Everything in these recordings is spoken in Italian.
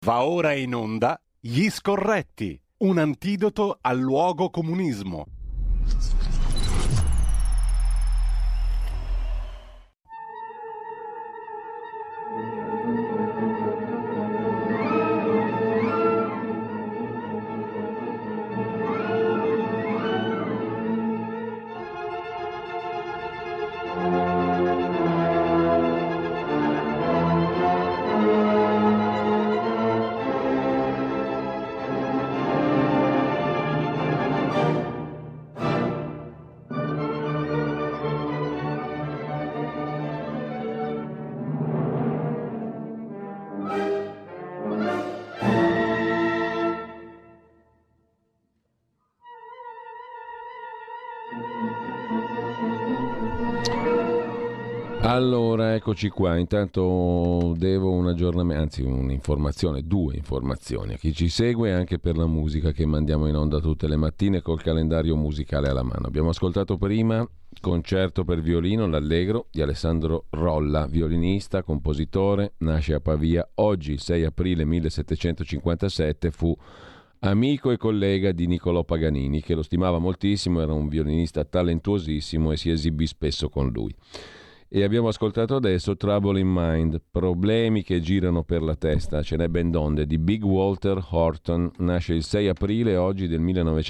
Va ora in onda Gli Scorretti, un antidoto al luogo comunismo. Allora, eccoci qua. Intanto devo un aggiornamento, anzi un'informazione, due informazioni a chi ci segue, anche per la musica che mandiamo in onda tutte le mattine col calendario musicale alla mano. Abbiamo ascoltato prima Concerto per violino, l'Allegro di Alessandro Rolla, violinista, compositore, nasce a Pavia. Oggi, il 6 aprile 1757, fu amico e collega di Niccolò Paganini, che lo stimava moltissimo, era un violinista talentuosissimo e si esibì spesso con lui. E abbiamo ascoltato adesso Trouble in Mind, problemi che girano per la testa, ce n'è ben donde, di Big Walter Horton. Nasce il 6 aprile oggi del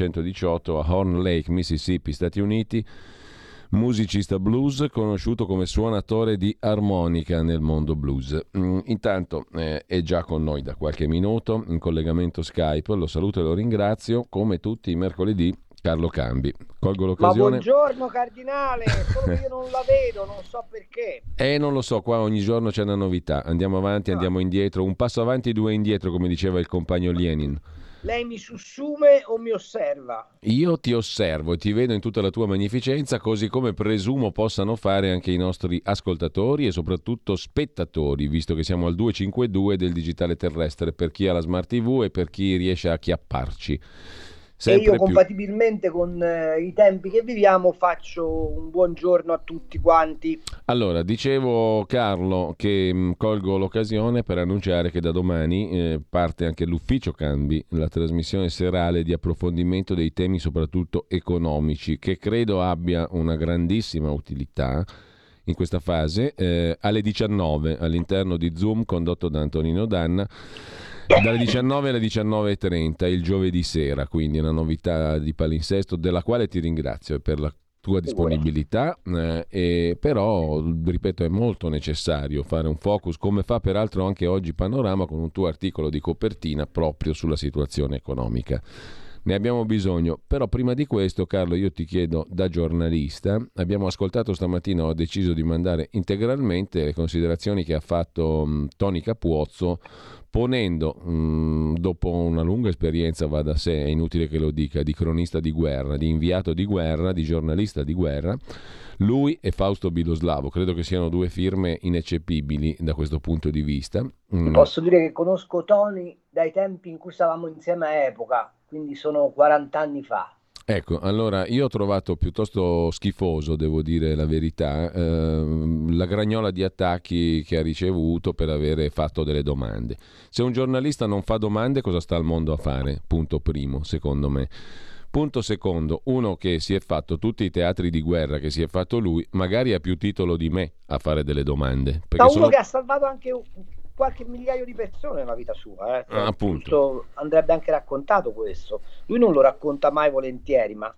1918 a Horn Lake, Mississippi, Stati Uniti. Musicista blues, conosciuto come suonatore di armonica nel mondo blues. Intanto è già con noi da qualche minuto in collegamento Skype, lo saluto e lo ringrazio, come tutti i mercoledì, Carlo Cambi. Colgo l'occasione. Ma buongiorno Cardinale, solo che io non la vedo, non so perché. Non lo so, qua ogni giorno c'è una novità, andiamo avanti, andiamo indietro, un passo avanti, due indietro, come diceva il compagno Lenin. Lei mi sussume o mi osserva? Io ti osservo e ti vedo in tutta la tua magnificenza, così come presumo possano fare anche i nostri ascoltatori e soprattutto spettatori, visto che siamo al 252 del digitale terrestre, per chi ha la Smart TV e per chi riesce a chiapparci. Sempre e io, compatibilmente con i tempi che viviamo, faccio un buongiorno a tutti quanti. Allora, dicevo, Carlo, che colgo l'occasione per annunciare che da domani parte anche l'Ufficio Cambi, la trasmissione serale di approfondimento dei temi soprattutto economici, che credo abbia una grandissima utilità in questa fase, alle 19 all'interno di Zoom, condotto da Antonino Danna, dalle 19 alle 19.30 il giovedì sera, quindi una novità di palinsesto della quale ti ringrazio per la tua disponibilità, e però, ripeto, è molto necessario fare un focus, come fa peraltro anche oggi Panorama con un tuo articolo di copertina proprio sulla situazione economica. Ne abbiamo bisogno, però prima di questo, Carlo, io ti chiedo da giornalista, abbiamo ascoltato stamattina, ho deciso di mandare integralmente le considerazioni che ha fatto Tony Cappuozzo, ponendo, dopo una lunga esperienza, va da sé, è inutile che lo dica, di cronista di guerra, di inviato di guerra, di giornalista di guerra, lui e Fausto Biloslavo, credo che siano due firme ineccepibili da questo punto di vista. Posso dire che conosco Tony dai tempi in cui stavamo insieme a Epoca, quindi sono 40 anni fa. Ecco, allora io ho trovato piuttosto schifoso, devo dire la verità, la gragnola di attacchi che ha ricevuto per avere fatto delle domande. Se un giornalista non fa domande, cosa sta al mondo a fare? Punto primo, secondo me. Punto secondo, uno che si è fatto tutti i teatri di guerra che si è fatto lui, magari ha più titolo di me a fare delle domande. Ma uno che ha salvato anche qualche migliaio di persone nella vita sua, appunto. Andrebbe anche raccontato questo. Lui non lo racconta mai volentieri, ma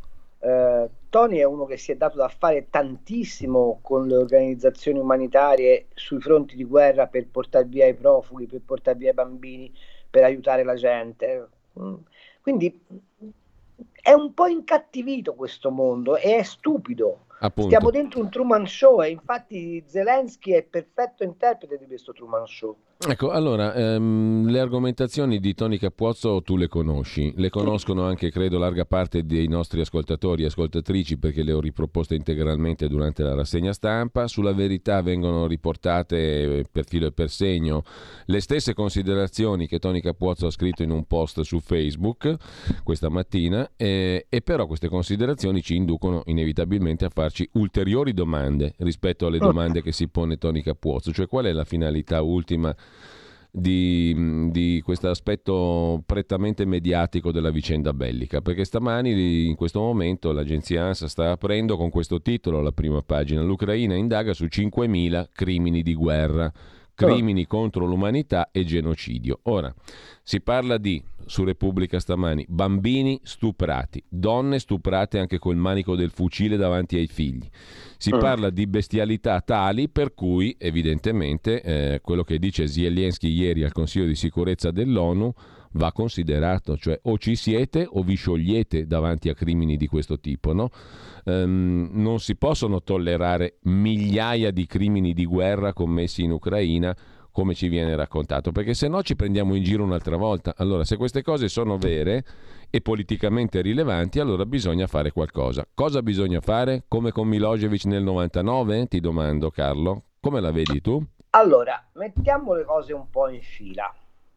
Tony è uno che si è dato da fare tantissimo con le organizzazioni umanitarie sui fronti di guerra, per portare via i profughi, per portare via i bambini, per aiutare la gente. Quindi è un po' incattivito questo mondo e è stupido. Appunto. Stiamo dentro un Truman Show e infatti Zelensky è il perfetto interprete di questo Truman Show. Ecco, allora, le argomentazioni di Tony Cappuozzo tu le conosci, le conoscono anche, credo, larga parte dei nostri ascoltatori e ascoltatrici, perché le ho riproposte integralmente durante la rassegna stampa. Sulla Verità vengono riportate per filo e per segno le stesse considerazioni che Tony Cappuozzo ha scritto in un post su Facebook questa mattina, e però queste considerazioni ci inducono inevitabilmente a farci ulteriori domande rispetto alle domande che si pone Tony Cappuozzo, cioè qual è la finalità ultima di questo aspetto prettamente mediatico della vicenda bellica, perché stamani in questo momento l'agenzia ANSA sta aprendo con questo titolo la prima pagina: l'Ucraina indaga su 5.000 crimini di guerra, crimini contro l'umanità e genocidio. Ora, si parla di, su Repubblica stamani, bambini stuprati, donne stuprate anche col manico del fucile davanti ai figli. Si parla di bestialità tali per cui, evidentemente, quello che dice Zelensky ieri al Consiglio di sicurezza dell'ONU va considerato, cioè o ci siete o vi sciogliete davanti a crimini di questo tipo, no? Non si possono tollerare migliaia di crimini di guerra commessi in Ucraina, come ci viene raccontato, perché se no ci prendiamo in giro un'altra volta. Allora, se queste cose sono vere e politicamente rilevanti, allora bisogna fare qualcosa. Cosa bisogna fare? Come con Milosevic nel 99? Ti domando, Carlo. Come la vedi tu? Allora, mettiamo le cose un po' in fila.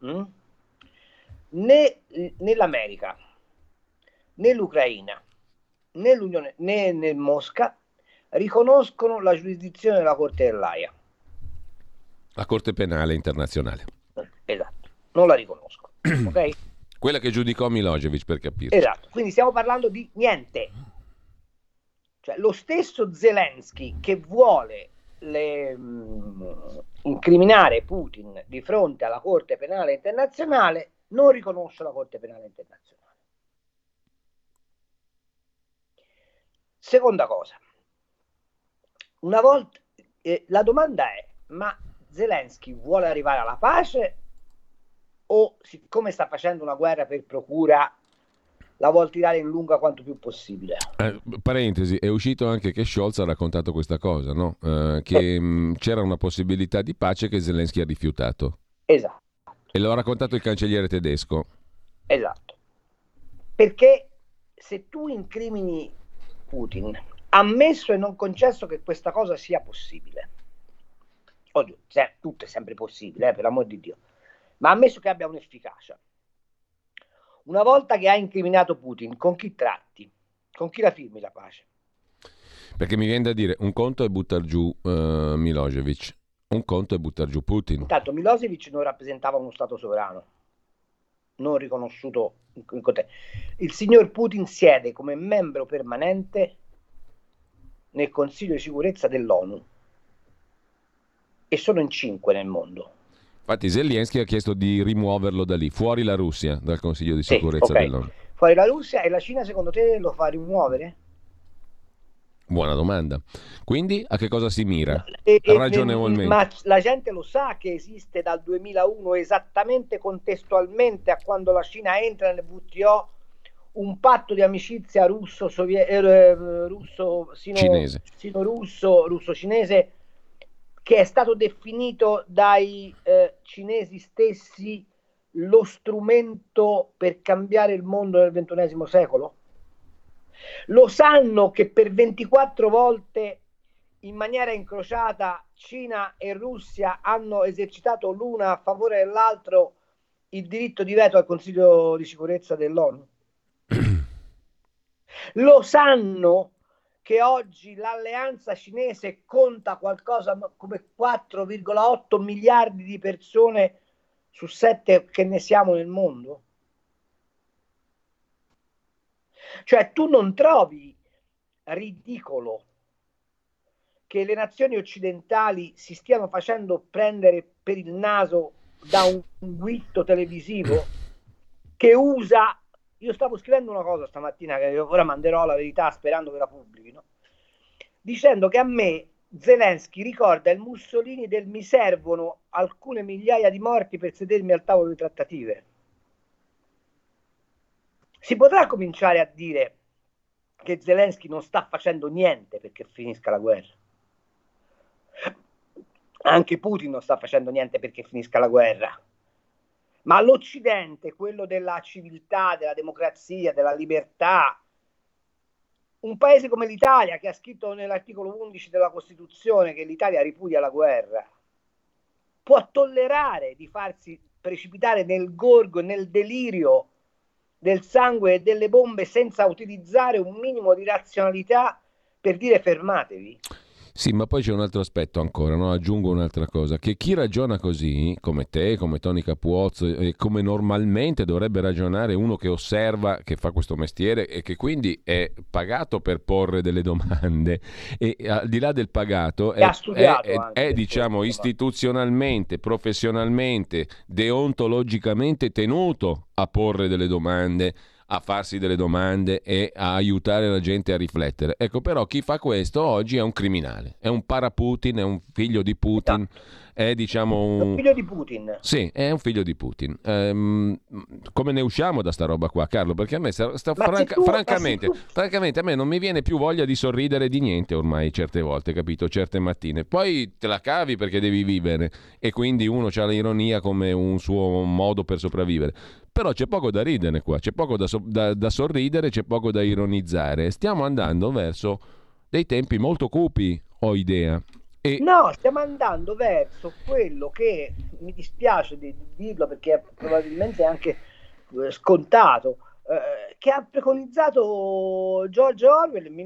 Né nell'America, né l'Ucraina, né l'Unione, né Mosca riconoscono la giurisdizione della Corte dell'Aia. La Corte Penale Internazionale. Esatto, non la riconosco. Ok? Quella che giudicò Milosevic, per capirci. Esatto, quindi stiamo parlando di niente. Cioè, lo stesso Zelensky che vuole incriminare Putin di fronte alla Corte Penale Internazionale non riconosce la Corte Penale Internazionale. Seconda cosa, una volta la domanda è: ma Zelensky vuole arrivare alla pace o, siccome sta facendo una guerra per procura, la vuol tirare in lunga quanto più possibile? Parentesi, è uscito anche che Scholz ha raccontato questa cosa, no? Che c'era una possibilità di pace che Zelensky ha rifiutato. Esatto. E lo ha raccontato il cancelliere tedesco. Esatto. Perché se tu incrimini Putin, ammesso e non concesso che questa cosa sia possibile, oddio, tutto è sempre possibile, per l'amor di Dio, ma ammesso che abbia un'efficacia, una volta che hai incriminato Putin, con chi tratti? Con chi la firmi la pace? Perché mi viene da dire, un conto è buttar giù Milosevic, un conto è buttar giù Putin. Intanto Milosevic non rappresentava uno Stato sovrano, non riconosciuto. Il signor Putin siede come membro permanente nel Consiglio di sicurezza dell'ONU e sono in 5 nel mondo. Infatti Zelensky ha chiesto di rimuoverlo da lì, fuori la Russia, dal Consiglio di sicurezza dell'ONU. Fuori la Russia, e la Cina secondo te lo fa rimuovere? Buona domanda. Quindi a che cosa si mira? Ragionevolmente. Ma la gente lo sa che esiste dal 2001, esattamente contestualmente a quando la Cina entra nel WTO, un patto di amicizia russo-cinese che è stato definito dai cinesi stessi lo strumento per cambiare il mondo nel XXI secolo? Lo sanno che per 24 volte in maniera incrociata Cina e Russia hanno esercitato l'una a favore dell'altro il diritto di veto al Consiglio di sicurezza dell'ONU? Lo sanno che oggi l'alleanza cinese conta qualcosa come 4,8 miliardi di persone su 7 che ne siamo nel mondo? Cioè, tu non trovi ridicolo che le nazioni occidentali si stiano facendo prendere per il naso da un guitto televisivo che usa... Io stavo scrivendo una cosa stamattina che ora manderò la verità sperando che la pubblichino, dicendo che a me Zelensky ricorda il Mussolini del mi servono alcune migliaia di morti per sedermi al tavolo di trattative. Si potrà cominciare a dire che Zelensky non sta facendo niente perché finisca la guerra. Anche Putin non sta facendo niente perché finisca la guerra. Ma l'Occidente, quello della civiltà, della democrazia, della libertà, un paese come l'Italia, che ha scritto nell'articolo 11 della Costituzione che l'Italia ripudia la guerra, può tollerare di farsi precipitare nel gorgo e nel delirio del sangue e delle bombe senza utilizzare un minimo di razionalità per dire fermatevi? Sì, ma poi c'è un altro aspetto ancora, no? Aggiungo un'altra cosa, che chi ragiona così, come te, come Tony Capuozzo, e come normalmente dovrebbe ragionare uno che osserva, che fa questo mestiere e che quindi è pagato per porre delle domande e al di là del pagato E ha studiato anche è, per diciamo, porre, istituzionalmente, professionalmente, deontologicamente tenuto a porre delle domande, a farsi delle domande e a aiutare la gente a riflettere. Ecco, però chi fa questo oggi è un criminale, è un para-Putin, è un figlio di Putin, esatto, è diciamo è un un... figlio di Putin. Sì, è un figlio di Putin. Come ne usciamo da sta roba qua, Carlo? Perché a me francamente a me non mi viene più voglia di sorridere di niente ormai certe volte, capito? Certe mattine. Poi te la cavi perché devi vivere e quindi uno ha l'ironia come un suo modo per sopravvivere. Però c'è poco da ridere qua, c'è poco da sorridere, c'è poco da ironizzare. Stiamo andando verso dei tempi molto cupi, ho idea. E No, stiamo andando verso quello che mi dispiace di dirlo perché è probabilmente anche scontato, che ha preconizzato George Orwell nel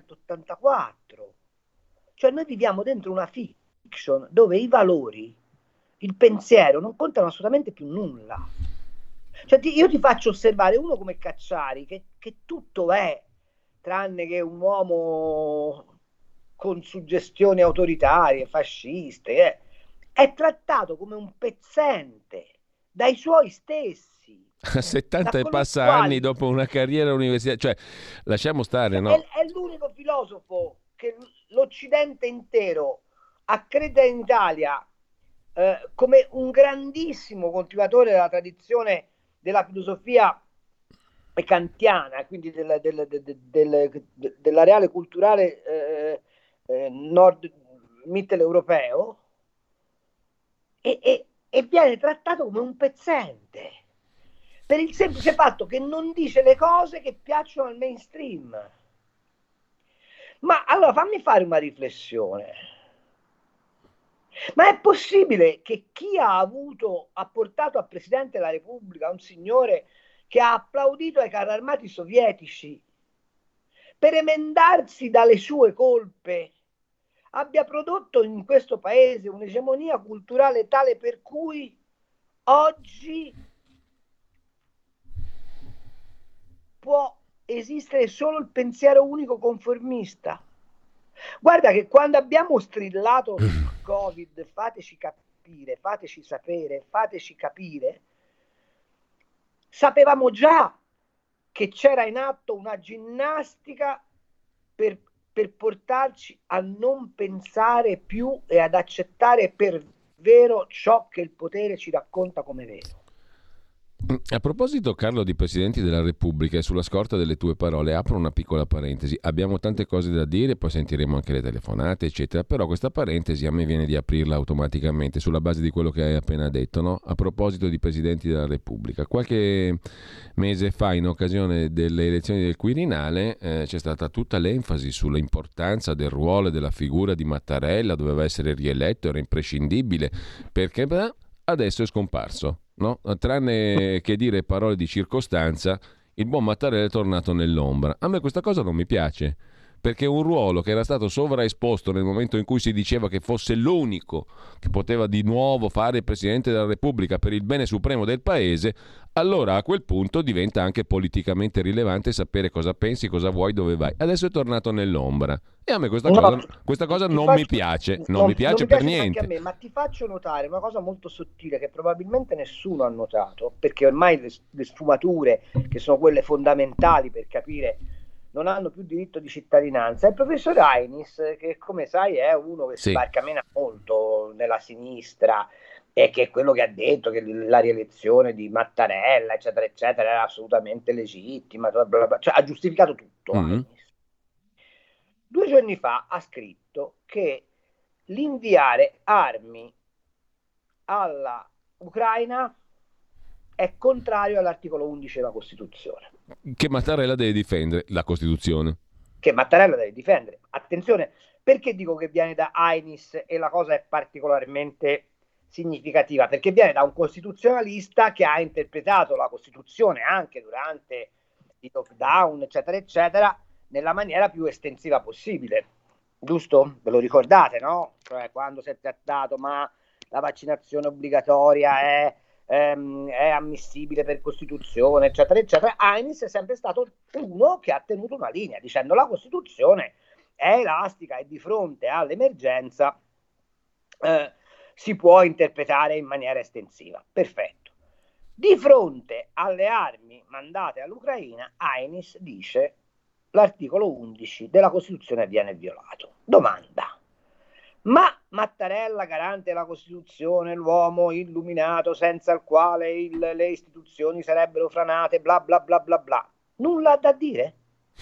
1984. Cioè noi viviamo dentro una fiction dove i valori, il pensiero non contano assolutamente più nulla. Cioè, io ti faccio osservare uno come Cacciari, che tutto è, tranne che un uomo con suggestioni autoritarie, fasciste, è trattato come un pezzente dai suoi stessi, a 70 da e coloro i passa anni quali dopo una carriera universitaria, cioè lasciamo stare, cioè, no? è l'unico filosofo che l'Occidente intero accredita in Italia come un grandissimo continuatore della tradizione della filosofia kantiana, quindi dell'areale culturale nord mitteleuropeo e viene trattato come un pezzente per il semplice fatto che non dice le cose che piacciono al mainstream. Ma allora fammi fare una riflessione. Ma è possibile che chi ha portato a Presidente della Repubblica un signore che ha applaudito ai carri armati sovietici per emendarsi dalle sue colpe abbia prodotto in questo paese un'egemonia culturale tale per cui oggi può esistere solo il pensiero unico conformista? Guarda che quando abbiamo strillato sul Covid, fateci capire, fateci sapere, fateci capire, sapevamo già che c'era in atto una ginnastica per portarci a non pensare più e ad accettare per vero ciò che il potere ci racconta come vero. A proposito, Carlo, di Presidenti della Repubblica e sulla scorta delle tue parole, apro una piccola parentesi. Abbiamo tante cose da dire, poi sentiremo anche le telefonate, eccetera, però questa parentesi a me viene di aprirla automaticamente sulla base di quello che hai appena detto, no? A proposito di Presidenti della Repubblica. Qualche mese fa, in occasione delle elezioni del Quirinale, c'è stata tutta l'enfasi sull'importanza del ruolo e della figura di Mattarella, doveva essere rieletto, era imprescindibile, perché adesso è scomparso. No? Tranne che dire parole di circostanza, il buon Mattarella è tornato nell'ombra. A me questa cosa non mi piace, perché un ruolo che era stato sovraesposto nel momento in cui si diceva che fosse l'unico che poteva di nuovo fare il Presidente della Repubblica per il bene supremo del Paese, allora a quel punto diventa anche politicamente rilevante sapere cosa pensi, cosa vuoi, dove vai. Adesso è tornato nell'ombra e a me questa cosa non mi piace, non mi piace per niente. Anche a me, ma ti faccio notare una cosa molto sottile che probabilmente nessuno ha notato, perché ormai le sfumature, che sono quelle fondamentali per capire, non hanno più diritto di cittadinanza. Il professor Ainis, che come sai è uno che si barcamena molto nella sinistra e che è quello che ha detto che la rielezione di Mattarella, eccetera, eccetera, era assolutamente legittima, bla bla bla, cioè ha giustificato tutto. Ainis. 2 giorni fa ha scritto che l'inviare armi alla Ucraina è contrario all'articolo 11 della Costituzione. Che Mattarella deve difendere la Costituzione. Che Mattarella deve difendere. Attenzione, perché dico che viene da Ainis e la cosa è particolarmente significativa? Perché viene da un costituzionalista che ha interpretato la Costituzione anche durante i lockdown, eccetera, eccetera, nella maniera più estensiva possibile. giusto? Ve lo ricordate, no? Cioè quando si è trattato, ma la vaccinazione obbligatoria è ammissibile per Costituzione, eccetera, eccetera. Ainis è sempre stato uno che ha tenuto una linea dicendo la Costituzione è elastica e di fronte all'emergenza si può interpretare in maniera estensiva. Perfetto. Di fronte alle armi mandate all'Ucraina, Ainis dice l'articolo 11 della Costituzione viene violato. Domanda: ma Mattarella, garante della Costituzione, l'uomo illuminato senza il quale le istituzioni sarebbero franate, bla bla bla bla bla, nulla ha da dire?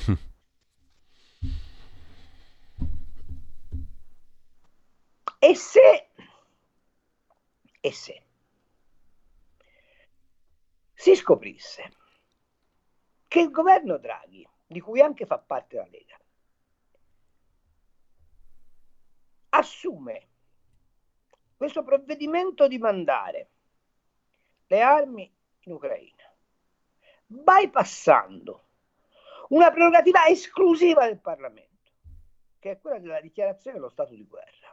E se si scoprisse che il governo Draghi, di cui anche fa parte la Lega, assume questo provvedimento di mandare le armi in Ucraina, bypassando una prerogativa esclusiva del Parlamento, che è quella della dichiarazione dello stato di guerra.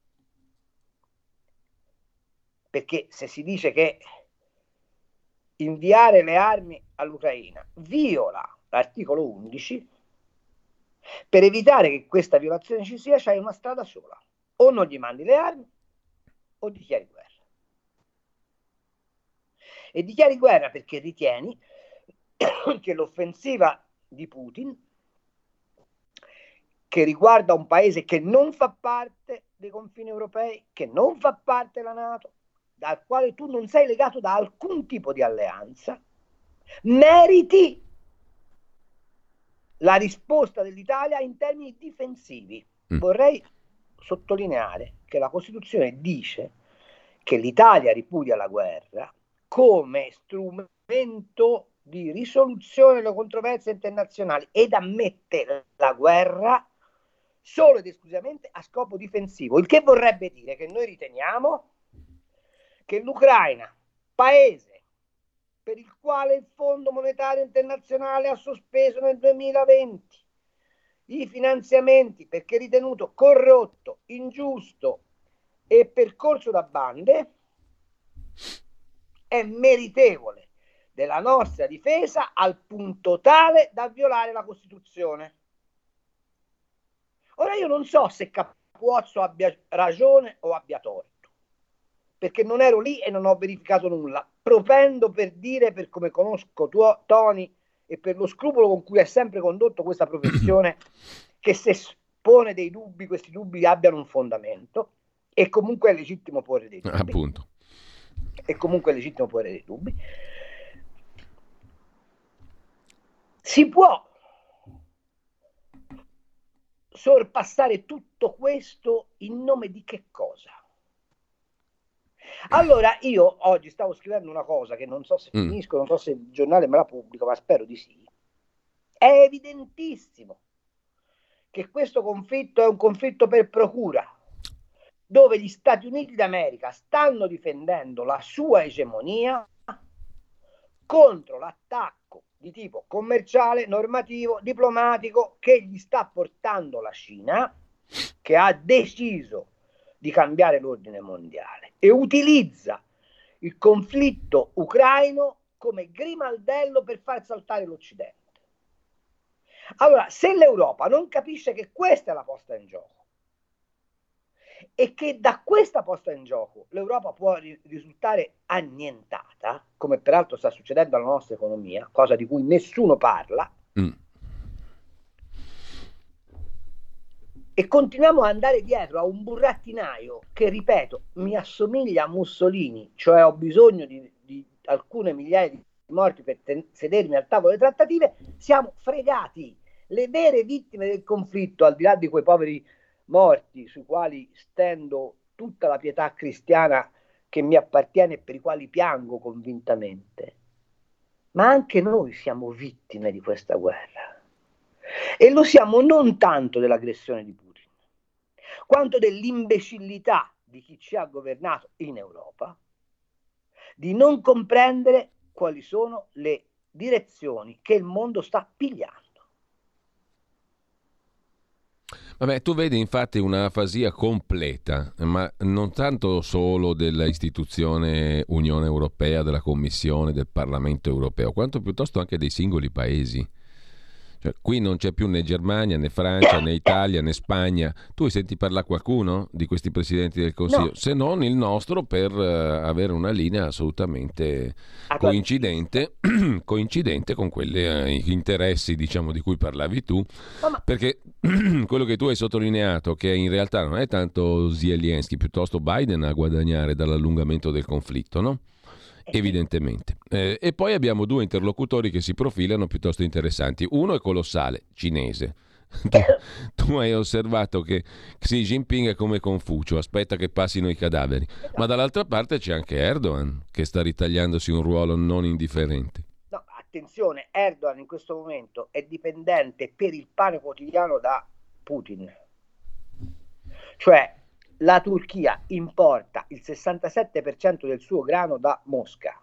Perché se si dice che inviare le armi all'Ucraina viola l'articolo 11, per evitare che questa violazione ci sia, c'hai una strada sola: o non gli mandi le armi o dichiari guerra. E dichiari guerra perché ritieni che l'offensiva di Putin, che riguarda un paese che non fa parte dei confini europei, che non fa parte della NATO, dal quale tu non sei legato da alcun tipo di alleanza, meriti la risposta dell'Italia in termini difensivi. Vorrei sottolineare che la Costituzione dice che l'Italia ripudia la guerra come strumento di risoluzione delle controversie internazionali ed ammette la guerra solo ed esclusivamente a scopo difensivo, il che vorrebbe dire che noi riteniamo che l'Ucraina, paese per il quale il Fondo Monetario Internazionale ha sospeso nel 2020 i finanziamenti perché ritenuto corrotto, ingiusto e percorso da bande, è meritevole della nostra difesa al punto tale da violare la Costituzione. Ora io non so se Capuzzo abbia ragione o abbia torto, perché non ero lì e non ho verificato nulla. Propendo per dire, per come conosco Tony e per lo scrupolo con cui ha sempre condotto questa professione, che se pone dei dubbi, questi dubbi abbiano un fondamento, e comunque è legittimo porre dei dubbi. Appunto. E comunque è legittimo porre dei dubbi. Si può sorpassare tutto questo in nome di che cosa? Allora io oggi stavo scrivendo una cosa che non so se finisco, non so se il giornale me la pubblica, ma spero di sì. È evidentissimo che questo conflitto è un conflitto per procura, dove gli Stati Uniti d'America stanno difendendo la sua egemonia contro l'attacco di tipo commerciale, normativo, diplomatico che gli sta portando la Cina, che ha deciso di cambiare l'ordine mondiale e utilizza il conflitto ucraino come grimaldello per far saltare l'Occidente. Allora, se l'Europa non capisce che questa è la posta in gioco e che da questa posta in gioco l'Europa può risultare annientata, come peraltro sta succedendo alla nostra economia, cosa di cui nessuno parla, e continuiamo ad andare dietro a un burattinaio che, ripeto, mi assomiglia a Mussolini, cioè ho bisogno di alcune migliaia di morti per sedermi al tavolo delle trattative, siamo fregati. Le vere vittime del conflitto, al di là di quei poveri morti sui quali stendo tutta la pietà cristiana che mi appartiene e per i quali piango convintamente, ma anche noi siamo vittime di questa guerra, e lo siamo non tanto dell'aggressione di Putin quanto dell'imbecillità di chi ci ha governato in Europa di non comprendere quali sono le direzioni che il mondo sta pigliando. Vabbè, tu vedi infatti un'afasia completa, ma non tanto solo dell'istituzione Unione Europea, della Commissione, del Parlamento Europeo, quanto piuttosto anche dei singoli paesi. Cioè, qui non c'è più né Germania, né Francia, né Italia, né Spagna. Tu hai sentito parlare qualcuno di questi presidenti del Consiglio? No, Se non il nostro, per avere una linea assolutamente atlantista. coincidente, coincidente con quegli interessi, diciamo, di cui parlavi tu, Ma perché quello che tu hai sottolineato, che in realtà non è tanto Zelensky, piuttosto Biden a guadagnare dall'allungamento del conflitto, no? sì. Evidentemente. E poi abbiamo due interlocutori che si profilano piuttosto interessanti. Uno è colossale, cinese. Tu, tu hai osservato che Xi Jinping è come Confucio, aspetta che passino i cadaveri. Ma Esatto. dall'altra parte c'è anche Erdogan, che sta ritagliandosi un ruolo non indifferente. No, attenzione, Erdogan in questo momento è dipendente per il pane quotidiano da Putin. Cioè la Turchia importa il 67% del suo grano da Mosca.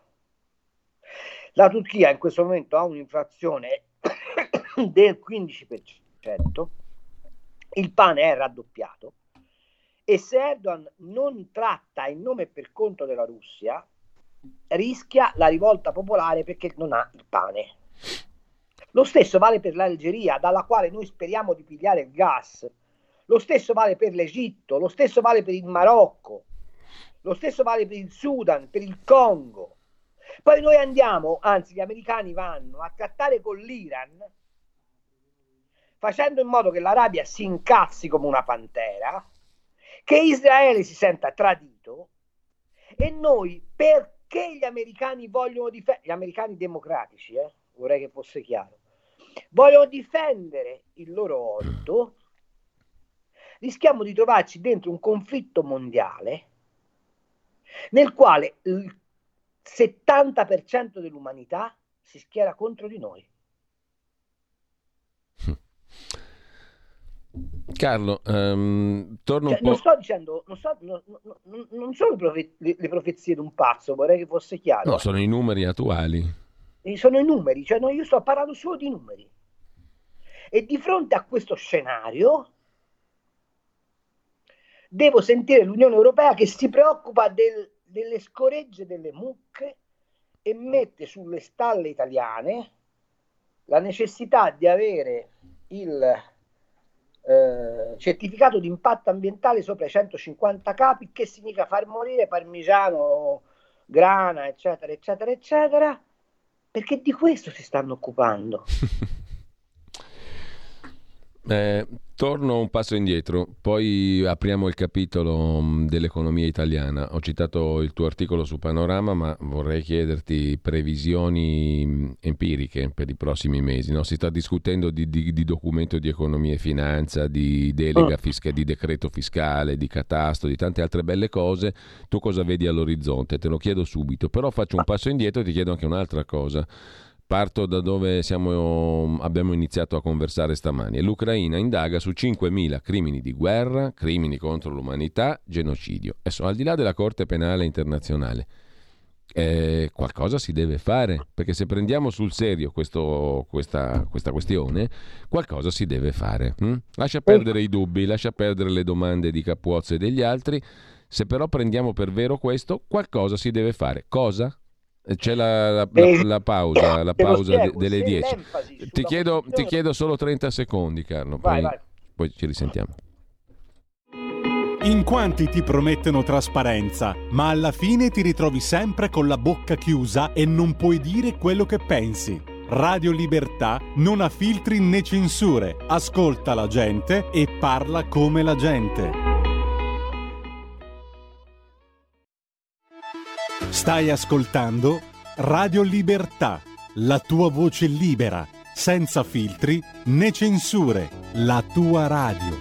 La Turchia in questo momento ha un'inflazione del 15%, il pane è raddoppiato e se Erdogan non tratta in nome e per conto della Russia rischia la rivolta popolare perché non ha il pane. Lo stesso vale per l'Algeria, dalla quale noi speriamo di pigliare il gas. Lo stesso vale per l'Egitto, lo stesso vale per il Marocco, lo stesso vale per il Sudan, per il Congo. Poi noi andiamo, anzi gli americani vanno a trattare con l'Iran facendo in modo che l'Arabia si incazzi come una pantera, che Israele si senta tradito e noi, perché gli americani vogliono difendere, gli americani democratici, vorrei che fosse chiaro, vogliono difendere il loro orto, rischiamo di trovarci dentro un conflitto mondiale nel quale il 70% dell'umanità si schiera contro di noi. Carlo, torno un Cioè, non po'. sto dicendo, non sono le profezie di un pazzo, vorrei che fosse No, chiaro. sono i numeri attuali. Sono i numeri, cioè io sto parlando solo di numeri. E di fronte a questo scenario devo sentire l'Unione Europea che si preoccupa delle scoregge delle mucche e mette sulle stalle italiane la necessità di avere il certificato di impatto ambientale sopra i 150 capi, che significa far morire parmigiano, grana, eccetera, eccetera, eccetera, perché di questo si stanno occupando. Torno un passo indietro, poi apriamo il capitolo dell'economia italiana. Ho citato il tuo articolo su Panorama, ma vorrei chiederti previsioni empiriche per i prossimi mesi. No? Si sta discutendo di documento di economia e finanza, di delega fiscale, di decreto fiscale, di catasto, di tante altre belle cose. Tu cosa vedi all'orizzonte? Te lo chiedo subito, però faccio un passo indietro e ti chiedo anche un'altra cosa. Parto da dove abbiamo iniziato a conversare stamani. L'Ucraina indaga su 5.000 crimini di guerra, crimini contro l'umanità, genocidio. Adesso, al di là della Corte Penale Internazionale, qualcosa si deve fare, perché se prendiamo sul serio questa questione, qualcosa si deve fare. Lascia perdere i dubbi, lascia perdere le domande di Cappuozzo e degli altri. Se però prendiamo per vero questo, qualcosa si deve fare. Cosa? C'è la pausa, Te lo spiego, delle se 10. l'enfasi Ti sulla chiedo, ti Costituzione... chiedo solo 30 secondi, Carlo, Vai, vai. poi ci risentiamo. In quanti ti promettono trasparenza, ma alla fine ti ritrovi sempre con la bocca chiusa e non puoi dire quello che pensi. Radio Libertà non ha filtri né censure, ascolta la gente e parla come la gente. Stai ascoltando Radio Libertà, la tua voce libera, senza filtri né censure, la tua radio.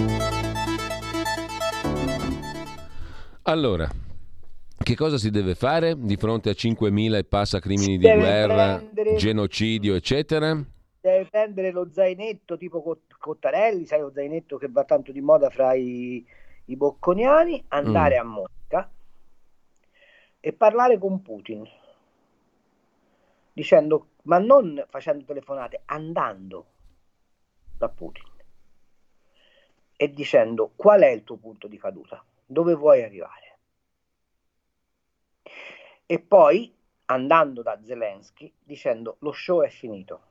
Allora, che cosa si deve fare di fronte a 5.000 e passa crimini di guerra, genocidio, eccetera? Deve prendere lo zainetto tipo Cottarelli, sai, lo zainetto che va tanto di moda fra i bocconiani, andare a Mosca e parlare con Putin, dicendo, ma non facendo telefonate, andando da Putin e dicendo qual è il tuo punto di caduta, dove vuoi arrivare. E poi andando da Zelensky dicendo lo show è finito.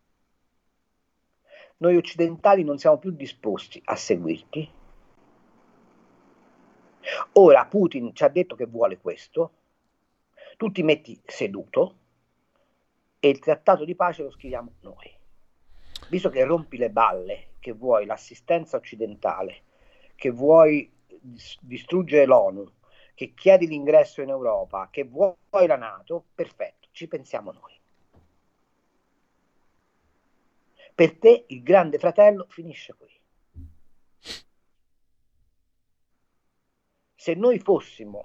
Noi occidentali non siamo più disposti a seguirti. Ora Putin ci ha detto che vuole questo, tu ti metti seduto e il trattato di pace lo scriviamo noi. Visto che rompi le balle, che vuoi l'assistenza occidentale, che vuoi distruggere l'ONU, che chiedi l'ingresso in Europa, che vuoi la NATO, perfetto, ci pensiamo noi. Per te il grande fratello finisce qui. Se noi fossimo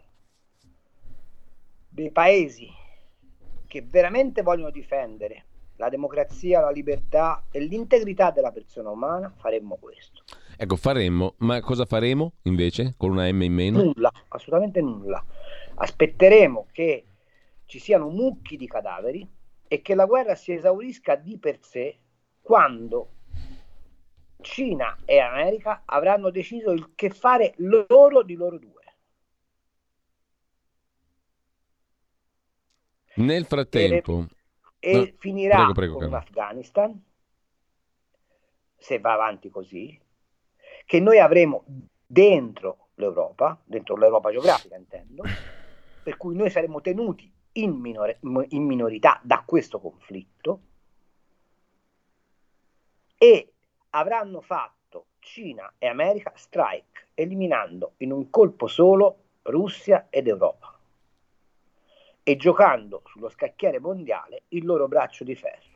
dei paesi che veramente vogliono difendere la democrazia, la libertà e l'integrità della persona umana, faremmo questo. Ecco, faremmo, ma cosa faremo invece con una M in meno? Nulla, assolutamente nulla. Aspetteremo che ci siano mucchi di cadaveri e che la guerra si esaurisca di per sé quando Cina e America avranno deciso il che fare loro di loro due. Nel frattempo finirà prego, con l'Afghanistan, se va avanti così, che noi avremo dentro l'Europa geografica intendo, per cui noi saremo tenuti in minorità da questo conflitto, e avranno fatto Cina e America strike, eliminando in un colpo solo Russia ed Europa e giocando sullo scacchiere mondiale il loro braccio di ferro.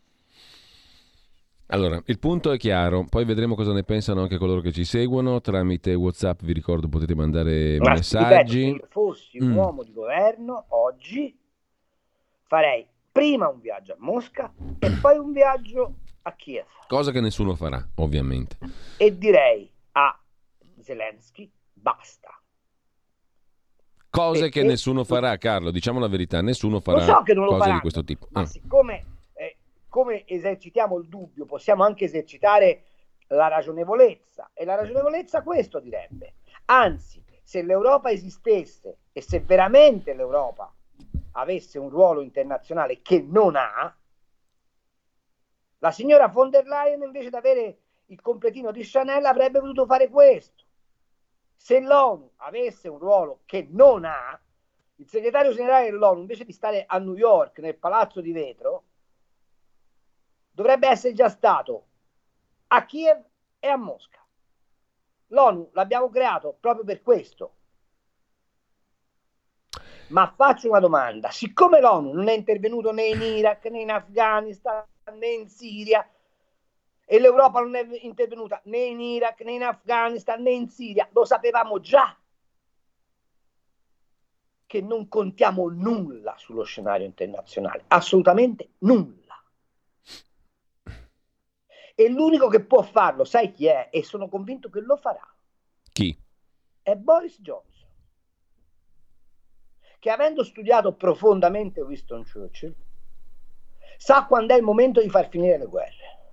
Allora, il punto è chiaro, poi vedremo cosa ne pensano anche coloro che ci seguono. Tramite WhatsApp, vi ricordo, potete mandare messaggi. Ripeto, se io fossi un uomo di governo oggi farei prima un viaggio a Mosca e poi un viaggio a Kiev. Cosa che nessuno farà, ovviamente. E direi a Zelensky basta. Cose che nessuno farà, Carlo, diciamo la verità, nessuno farà cose di questo tipo. Ma siccome come esercitiamo il dubbio, possiamo anche esercitare la ragionevolezza, e la ragionevolezza questo direbbe. Anzi, se l'Europa esistesse e se veramente l'Europa avesse un ruolo internazionale che non ha, la signora von der Leyen, invece di avere il completino di Chanel, avrebbe potuto fare questo. Se l'ONU avesse un ruolo che non ha, il segretario generale dell'ONU, invece di stare a New York nel palazzo di vetro, dovrebbe essere già stato a Kiev e a Mosca. L'ONU l'abbiamo creato proprio per questo. Ma faccio una domanda: siccome l'ONU non è intervenuto né in Iraq, né in Afghanistan, né in Siria, e l'Europa non è intervenuta né in Iraq, né in Afghanistan, né in Siria, lo sapevamo già che non contiamo nulla sullo scenario internazionale, assolutamente nulla. E l'unico che può farlo, sai chi è? E sono convinto che lo farà. Chi? È Boris Johnson, che, avendo studiato profondamente Winston Churchill, sa quando è il momento di far finire le guerre.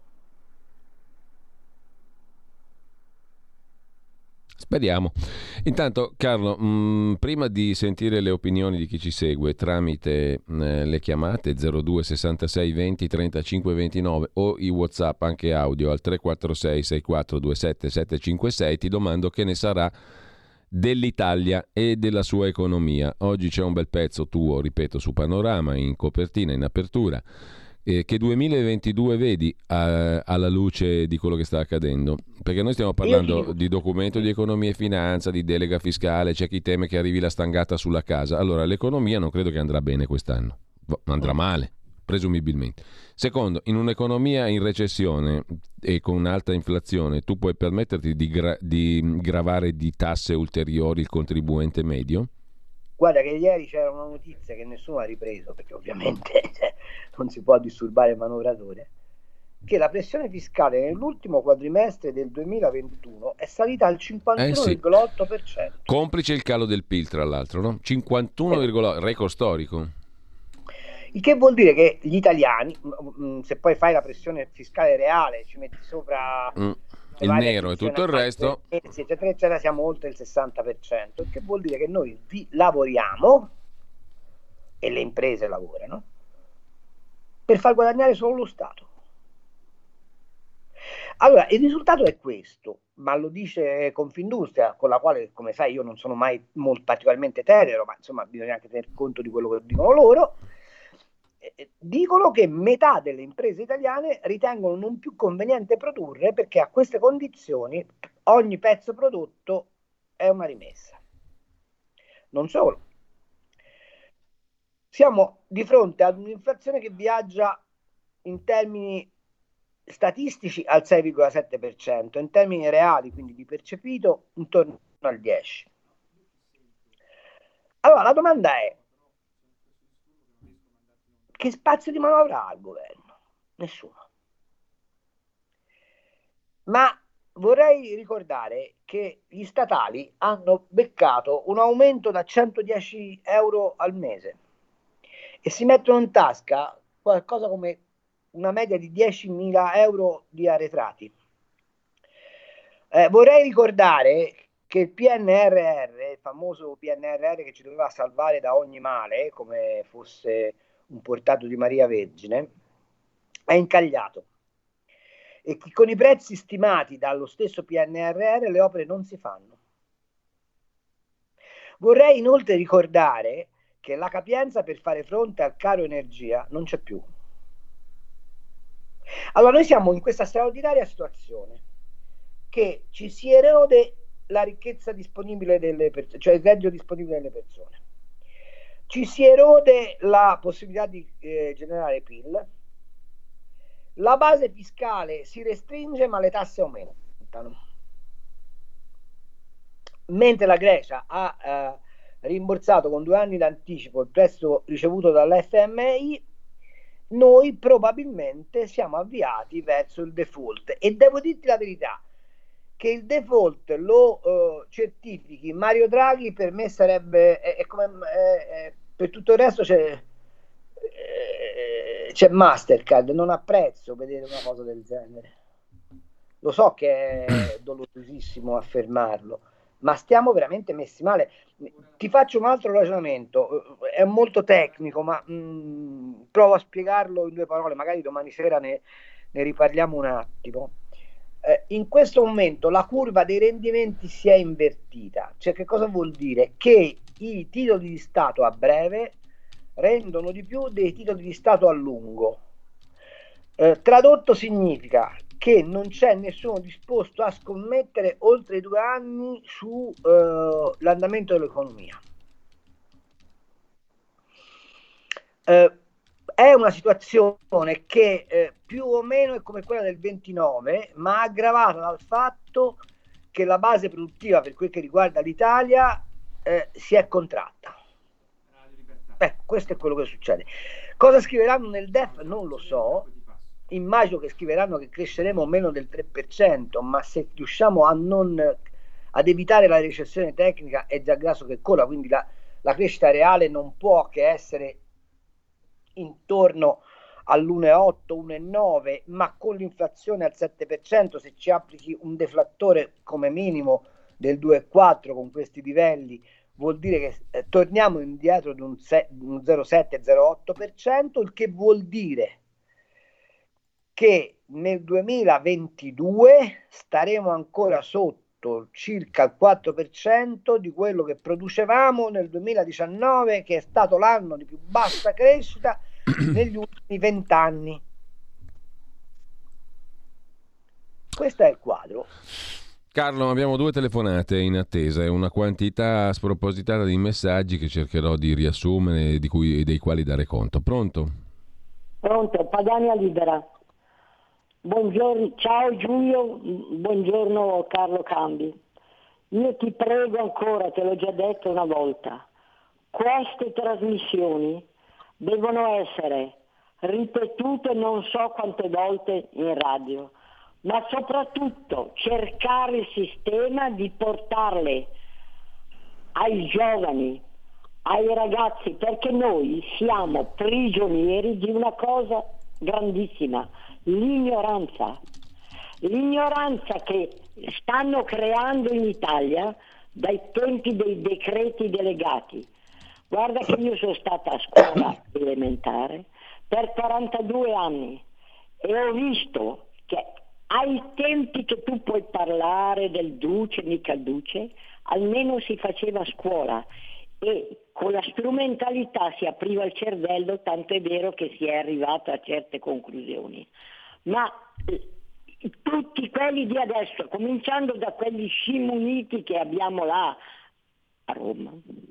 Speriamo. Intanto, Carlo, prima di sentire le opinioni di chi ci segue tramite le chiamate 02 66 20 35 29 o i WhatsApp anche audio al 346 6427 756, ti domando che ne sarà dell'Italia e della sua economia. Oggi c'è un bel pezzo tuo, ripeto, su Panorama, in copertina, in apertura. Che 2022 vedi alla luce di quello che sta accadendo? Perché noi stiamo parlando di documento di economia e finanza, di delega fiscale, c'è chi teme che arrivi la stangata sulla casa. Allora, l'economia non credo che andrà bene quest'anno, andrà male, presumibilmente. Secondo, in un'economia in recessione e con un'alta inflazione, tu puoi permetterti di gravare di tasse ulteriori il contribuente medio? Guarda che ieri c'era una notizia che nessuno ha ripreso, perché ovviamente non si può disturbare il manovratore, che la pressione fiscale nell'ultimo quadrimestre del 2021 è salita al 51,8%. Complice il calo del PIL, tra l'altro, no? 51,8%, record storico. Il che vuol dire che gli italiani, se poi fai la pressione fiscale reale, ci metti sopra il nero e tutto il resto, eccetera eccetera, siamo oltre il 60%, il che vuol dire che noi lavoriamo e le imprese lavorano per far guadagnare solo lo Stato. Allora, il risultato è questo, ma lo dice Confindustria, con la quale, come sai, io non sono mai particolarmente tenero, ma insomma bisogna anche tener conto di quello che dicono loro. Dicono che metà delle imprese italiane ritengono non più conveniente produrre perché a queste condizioni ogni pezzo prodotto è una rimessa. Non solo. Siamo di fronte ad un'inflazione che viaggia in termini statistici al 6,7%, in termini reali, quindi di percepito, intorno al 10%. Allora la domanda è: che spazio di manovra ha il governo? Nessuno. Ma vorrei ricordare che gli statali hanno beccato un aumento da 110 euro al mese e si mettono in tasca qualcosa come una media di 10.000 euro di arretrati. Vorrei ricordare che il PNRR, il famoso PNRR che ci doveva salvare da ogni male, come fosse un portato di Maria Vergine, è incagliato e che con i prezzi stimati dallo stesso PNRR le opere non si fanno. Vorrei inoltre ricordare che la capienza per fare fronte al caro energia non c'è più. Allora noi siamo in questa straordinaria situazione che ci si erode la ricchezza disponibile delle persone, cioè il reddito disponibile delle persone. Ci si erode la possibilità di generare PIL, la base fiscale si restringe ma le tasse aumentano. Mentre la Grecia ha rimborsato con 2 anni d'anticipo il prestito ricevuto dall'FMI, noi probabilmente siamo avviati verso il default. E devo dirti la verità, che il default lo certifichi Mario Draghi, per me sarebbe per tutto il resto c'è Mastercard. Non apprezzo vedere una cosa del genere, lo so che è dolorosissimo affermarlo, ma stiamo veramente messi male. Ti faccio un altro ragionamento, è molto tecnico, ma provo a spiegarlo in 2 parole, magari domani sera ne riparliamo un attimo. In questo momento la curva dei rendimenti si è invertita. Cioè, che cosa vuol dire? Che i titoli di Stato a breve rendono di più dei titoli di Stato a lungo. Tradotto significa che non c'è nessuno disposto a scommettere oltre 2 anni su l'andamento dell'economia. È una situazione che più o meno è come quella del 29, ma aggravata dal fatto che la base produttiva per quel che riguarda l'Italia si è contratta. Questo è quello che succede. Cosa scriveranno nel DEF? Non lo so. Immagino che scriveranno che cresceremo meno del 3%, ma se riusciamo ad evitare la recessione tecnica è già grasso che cola, quindi la crescita reale non può che essere intorno all'1,8, 1,9, ma con l'inflazione al 7%, se ci applichi un deflattore come minimo del 2,4 con questi livelli, vuol dire che torniamo indietro di un 0,7-0,8%, il che vuol dire che nel 2022 staremo ancora sotto circa il 4% di quello che producevamo nel 2019, che è stato l'anno di più bassa crescita negli ultimi 20 anni. Questo è il quadro. Carlo, abbiamo 2 telefonate in attesa e una quantità spropositata di messaggi che cercherò di riassumere e dei quali dare conto. Pronto? Pronto, Padania Libera. Buongiorno, ciao Giulio, buongiorno Carlo Cambi. Io ti prego ancora, te l'ho già detto una volta, queste trasmissioni devono essere ripetute non so quante volte in radio, ma soprattutto cercare il sistema di portarle ai giovani, ai ragazzi, perché noi siamo prigionieri di una cosa grandissima, l'ignoranza. L'ignoranza che stanno creando in Italia dai tempi dei decreti delegati. Guarda che io sono stata a scuola elementare per 42 anni e ho visto che ai tempi che tu puoi parlare del duce, mica duce, almeno si faceva a scuola e con la strumentalità si apriva il cervello, tanto è vero che si è arrivato a certe conclusioni. Ma tutti quelli di adesso, cominciando da quelli scimuniti che abbiamo là a Roma,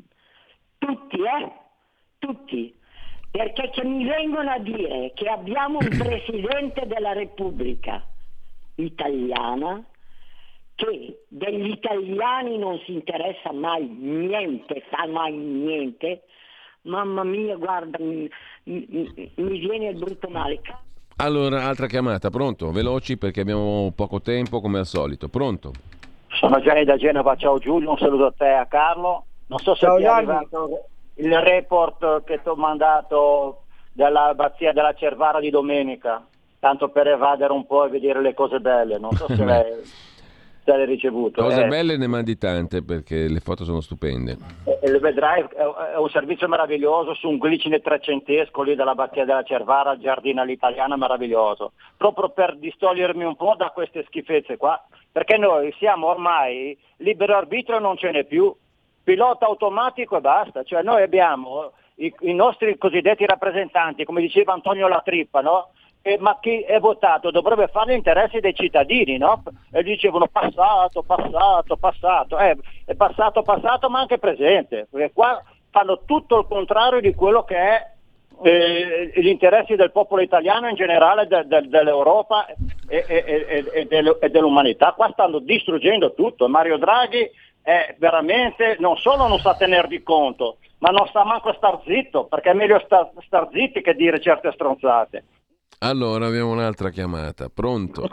tutti, perché che mi vengono a dire che abbiamo un Presidente della Repubblica italiana che degli italiani non si interessa mai niente, fa mai niente, mamma mia, guarda, mi viene il brutto male. Allora, altra chiamata, pronto? Veloci perché abbiamo poco tempo come al solito. Pronto? Sono Gianni da Genova, ciao Giulio, un saluto a te e a Carlo. Non so se ti è arrivato il report che ti ho mandato dell'abbazia della Cervara di domenica, tanto per evadere un po' e vedere le cose belle, non so se l'hai ricevuto. Cose belle ne mandi tante perché le foto sono stupende. E vedrai, è un servizio meraviglioso su un glicine trecentesco lì dell'abbazia della Cervara, al giardino all'italiana, meraviglioso. Proprio per distogliermi un po' da queste schifezze qua, perché noi siamo ormai, libero arbitrio non ce n'è più, pilota automatico e basta, cioè noi abbiamo i nostri cosiddetti rappresentanti, come diceva Antonio Latrippa, no? Ma chi è votato dovrebbe fare gli interessi dei cittadini, no? E dicevano passato, è passato ma anche presente, perché qua fanno tutto il contrario di quello che è gli interessi del popolo italiano in generale, dell'Europa e dell'umanità. Qua stanno distruggendo tutto. Mario Draghi è veramente, non solo non sa tenervi conto, ma non sa manco star zitto, perché è meglio star zitti che dire certe stronzate. Allora abbiamo un'altra chiamata. Pronto?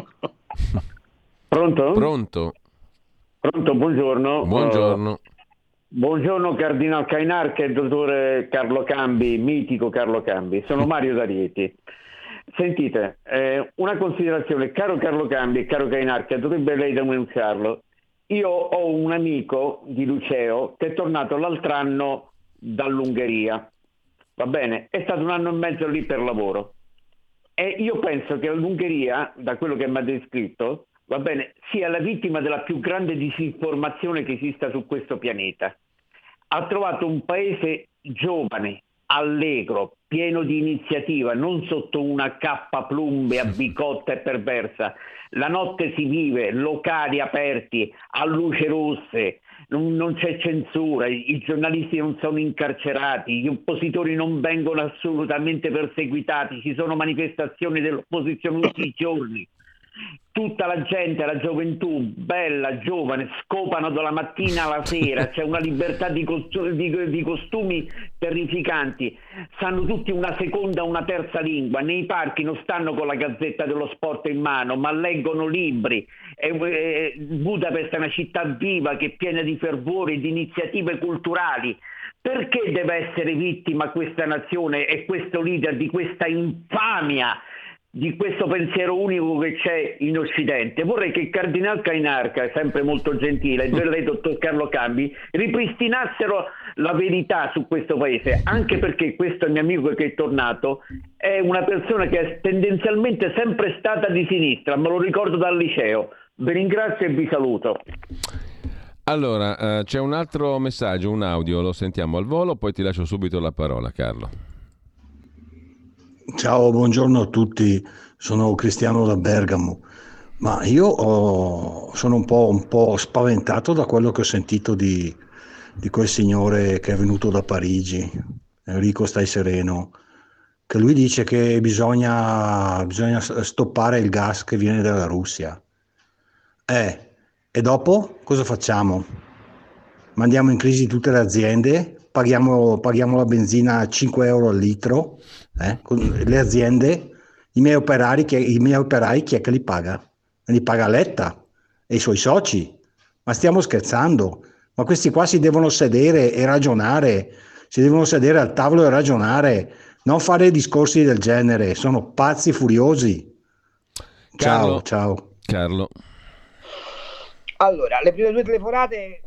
Pronto? Pronto, buongiorno. Buongiorno Cardinal Cainarca e il dottore Carlo Cambi, mitico Carlo Cambi. Sono Mario da Rieti. Sentite, una considerazione, caro Carlo Cambi e caro Cainarca, dovrebbe lei denunciarlo. Io ho un amico di liceo che è tornato l'altro anno dall'Ungheria, va bene? È stato 1 anno e mezzo lì per lavoro. E io penso che l'Ungheria, da quello che mi ha descritto, va bene, sia la vittima della più grande disinformazione che esista su questo pianeta. Ha trovato un paese giovane, allegro, pieno di iniziativa, non sotto una cappa plumbea, bicotta e perversa. La notte si vive, locali aperti, a luce rosse, non c'è censura, i giornalisti non sono incarcerati, gli oppositori non vengono assolutamente perseguitati, ci sono manifestazioni dell'opposizione tutti i giorni. Tutta la gente, la gioventù, bella, giovane, scopano dalla mattina alla sera, c'è una libertà di costumi terrificanti, sanno tutti una seconda, una terza lingua, nei parchi non stanno con la gazzetta dello sport in mano, ma leggono libri. Budapest è una città viva che è piena di fervore, di iniziative culturali. Perché deve essere vittima questa nazione e questo leader di questa infamia, di questo pensiero unico che c'è in Occidente? Vorrei che il Cardinal Cainarca, sempre molto gentile, e lei, dottor Carlo Cambi, ripristinassero la verità su questo paese, anche perché questo mio amico che è tornato è una persona che è tendenzialmente sempre stata di sinistra, me lo ricordo dal liceo. Vi ringrazio e vi saluto. Allora, c'è un altro messaggio, un audio, lo sentiamo al volo, poi ti lascio subito la parola, Carlo. Ciao, buongiorno a tutti, sono Cristiano da Bergamo, ma io sono un po' spaventato da quello che ho sentito di quel signore che è venuto da Parigi, Enrico Stai Sereno, che lui dice che bisogna stoppare il gas che viene dalla Russia. E dopo cosa facciamo? Mandiamo in crisi tutte le aziende, paghiamo la benzina a 5 euro al litro, le aziende, i miei operai chi è che li paga? Li paga Letta e i suoi soci. Ma stiamo scherzando? Ma questi qua si devono sedere e ragionare, si devono sedere al tavolo e ragionare, non fare discorsi del genere, sono pazzi furiosi. Carlo, Ciao. Carlo. Allora, le prime due telefonate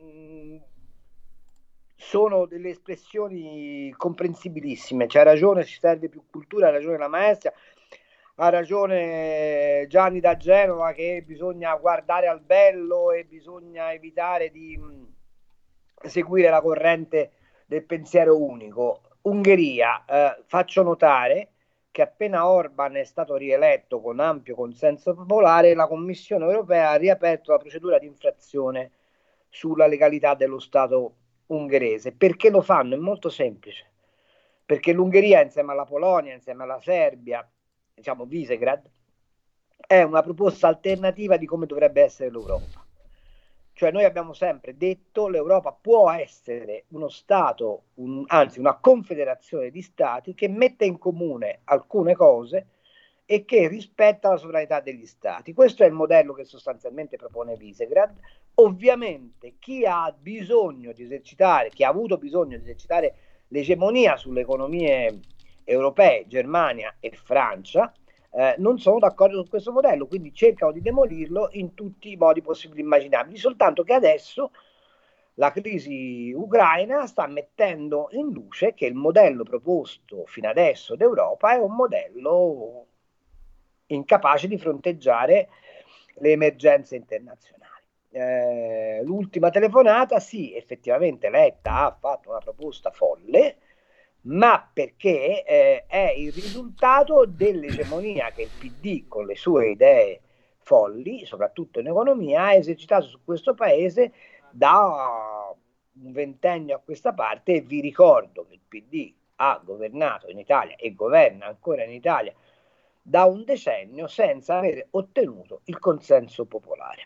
sono delle espressioni comprensibilissime. C'ha ragione, ci serve più cultura, ha ragione la maestra, ha ragione Gianni da Genova che bisogna guardare al bello e bisogna evitare di seguire la corrente del pensiero unico. Ungheria, faccio notare che appena Orban è stato rieletto con ampio consenso popolare, la Commissione europea ha riaperto la procedura di infrazione sulla legalità dello Stato ungherese. Perché lo fanno? È molto semplice. Perché l'Ungheria, insieme alla Polonia, insieme alla Serbia, diciamo Visegrad, è una proposta alternativa di come dovrebbe essere l'Europa. Cioè noi abbiamo sempre detto che l'Europa può essere uno Stato, anzi una confederazione di Stati che mette in comune alcune cose e che rispetta la sovranità degli Stati. Questo è il modello che sostanzialmente propone Visegrad. Ovviamente chi ha bisogno di esercitare, chi ha avuto bisogno di esercitare l'egemonia sulle economie europee, Germania e Francia, non sono d'accordo su questo modello, quindi cercano di demolirlo in tutti i modi possibili e immaginabili, soltanto che adesso la crisi ucraina sta mettendo in luce che il modello proposto fino adesso d'Europa è un modello incapace di fronteggiare le emergenze internazionali. L'ultima telefonata, sì, effettivamente Letta ha fatto una proposta folle, ma perché è il risultato dell'egemonia che il PD con le sue idee folli, soprattutto in economia, ha esercitato su questo paese da un ventennio a questa parte. E vi ricordo che il PD ha governato in Italia e governa ancora in Italia da un decennio senza aver ottenuto il consenso popolare.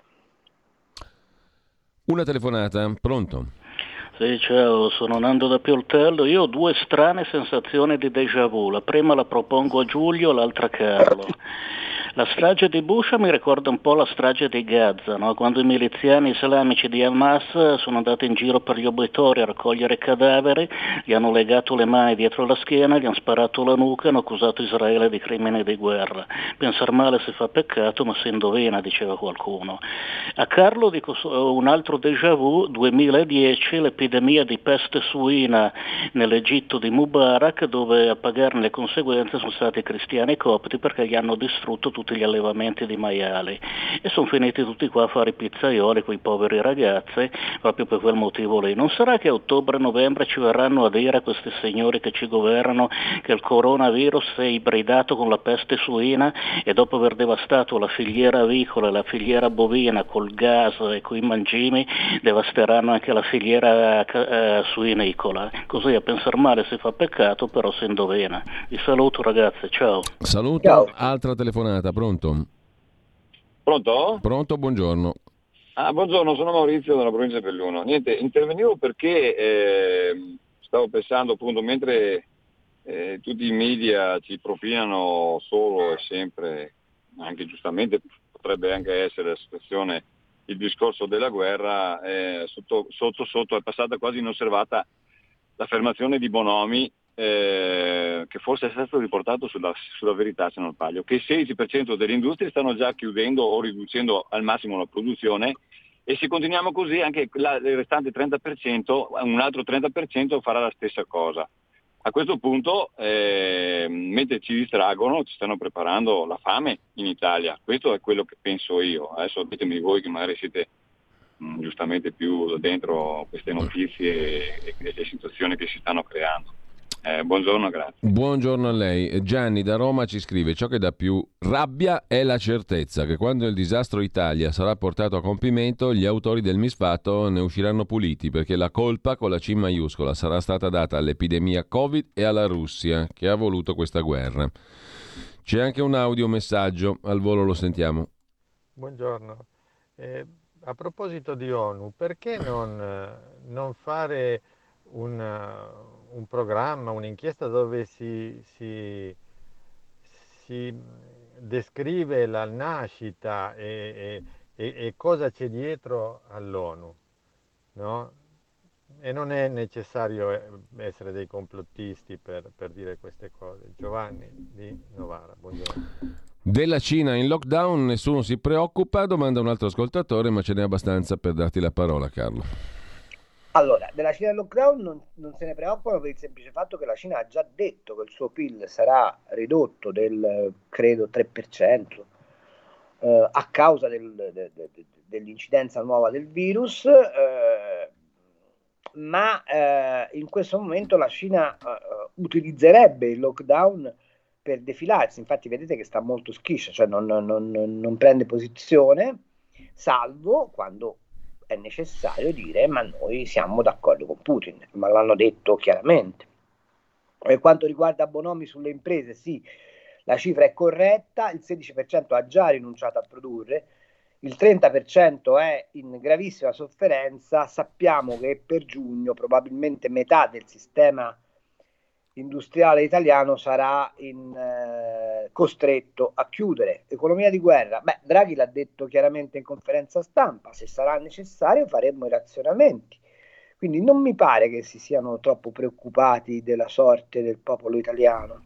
Una telefonata, pronto? Sì, ciao, sono Nando da Pioltello. Io ho due strane sensazioni di déjà vu. La prima la propongo a Giulio, l'altra a Carlo. La strage di Busha mi ricorda un po' la strage di Gaza, no? Quando i miliziani islamici di Hamas sono andati in giro per gli obitori a raccogliere cadaveri, gli hanno legato le mani dietro la schiena, gli hanno sparato la nuca e hanno accusato Israele di crimini di guerra. Pensar male si fa peccato, ma si indovina, diceva qualcuno. A Carlo dico un altro déjà vu, 2010, l'epidemia di peste suina nell'Egitto di Mubarak, dove a pagarne le conseguenze sono stati i cristiani copti perché gli hanno distrutto tutti gli allevamenti di maiali e sono finiti tutti qua a fare i pizzaioli con i poveri ragazzi proprio per quel motivo lì. Non sarà che a ottobre-novembre ci verranno a dire questi signori che ci governano che il coronavirus è ibridato con la peste suina e dopo aver devastato la filiera avicola e la filiera bovina col gas e coi mangimi devasteranno anche la filiera suinicola? Così a pensar male si fa peccato, però si indovina. Vi saluto ragazzi, ciao. Saluto. Ciao. Altra telefonata, pronto? Pronto? Pronto, buongiorno. Buongiorno, sono Maurizio dalla provincia di Belluno. Niente, intervenivo perché stavo pensando appunto, mentre tutti i media ci propinano solo e sempre, anche giustamente potrebbe anche essere la situazione, il discorso della guerra, sotto è passata quasi inosservata l'affermazione di Bonomi, che forse è stato riportato sulla verità, se non sbaglio, che il 16% delle industrie stanno già chiudendo o riducendo al massimo la produzione, e se continuiamo così anche il restante 30%, un altro 30% farà la stessa cosa. A questo punto, mentre ci distraggono, ci stanno preparando la fame in Italia. Questo è quello che penso io. Adesso ditemi voi che magari siete giustamente più dentro queste notizie e le situazioni che si stanno creando. Buongiorno, grazie. Buongiorno a lei. Gianni da Roma ci scrive: ciò che dà più rabbia è la certezza che quando il disastro Italia sarà portato a compimento gli autori del misfatto ne usciranno puliti, perché la colpa con la C maiuscola sarà stata data all'epidemia Covid e alla Russia che ha voluto questa guerra. C'è anche un audiomessaggio, al volo lo sentiamo. Buongiorno. A proposito di ONU, perché non fare un programma, un'inchiesta dove si descrive la nascita e cosa c'è dietro all'ONU, no? E non è necessario essere dei complottisti per dire queste cose. Giovanni di Novara, buongiorno. Della Cina in lockdown nessuno si preoccupa, domanda un altro ascoltatore, ma ce n'è abbastanza per darti la parola, Carlo. Allora, della Cina in lockdown non se ne preoccupano per il semplice fatto che la Cina ha già detto che il suo PIL sarà ridotto del, credo, 3%, a causa dell'incidenza nuova del virus, ma in questo momento la Cina utilizzerebbe il lockdown per defilarsi. Infatti vedete che sta molto schiscia, cioè non prende posizione, salvo quando è necessario dire ma noi siamo d'accordo con Putin, ma l'hanno detto chiaramente. Per quanto riguarda Bonomi sulle imprese, sì, la cifra è corretta, il 16% ha già rinunciato a produrre, il 30% è in gravissima sofferenza. Sappiamo che per giugno probabilmente metà del sistema industriale italiano sarà costretto a chiudere. Economia di guerra, Draghi l'ha detto chiaramente in conferenza stampa, se sarà necessario faremo i razionamenti. Quindi non mi pare che si siano troppo preoccupati della sorte del popolo italiano.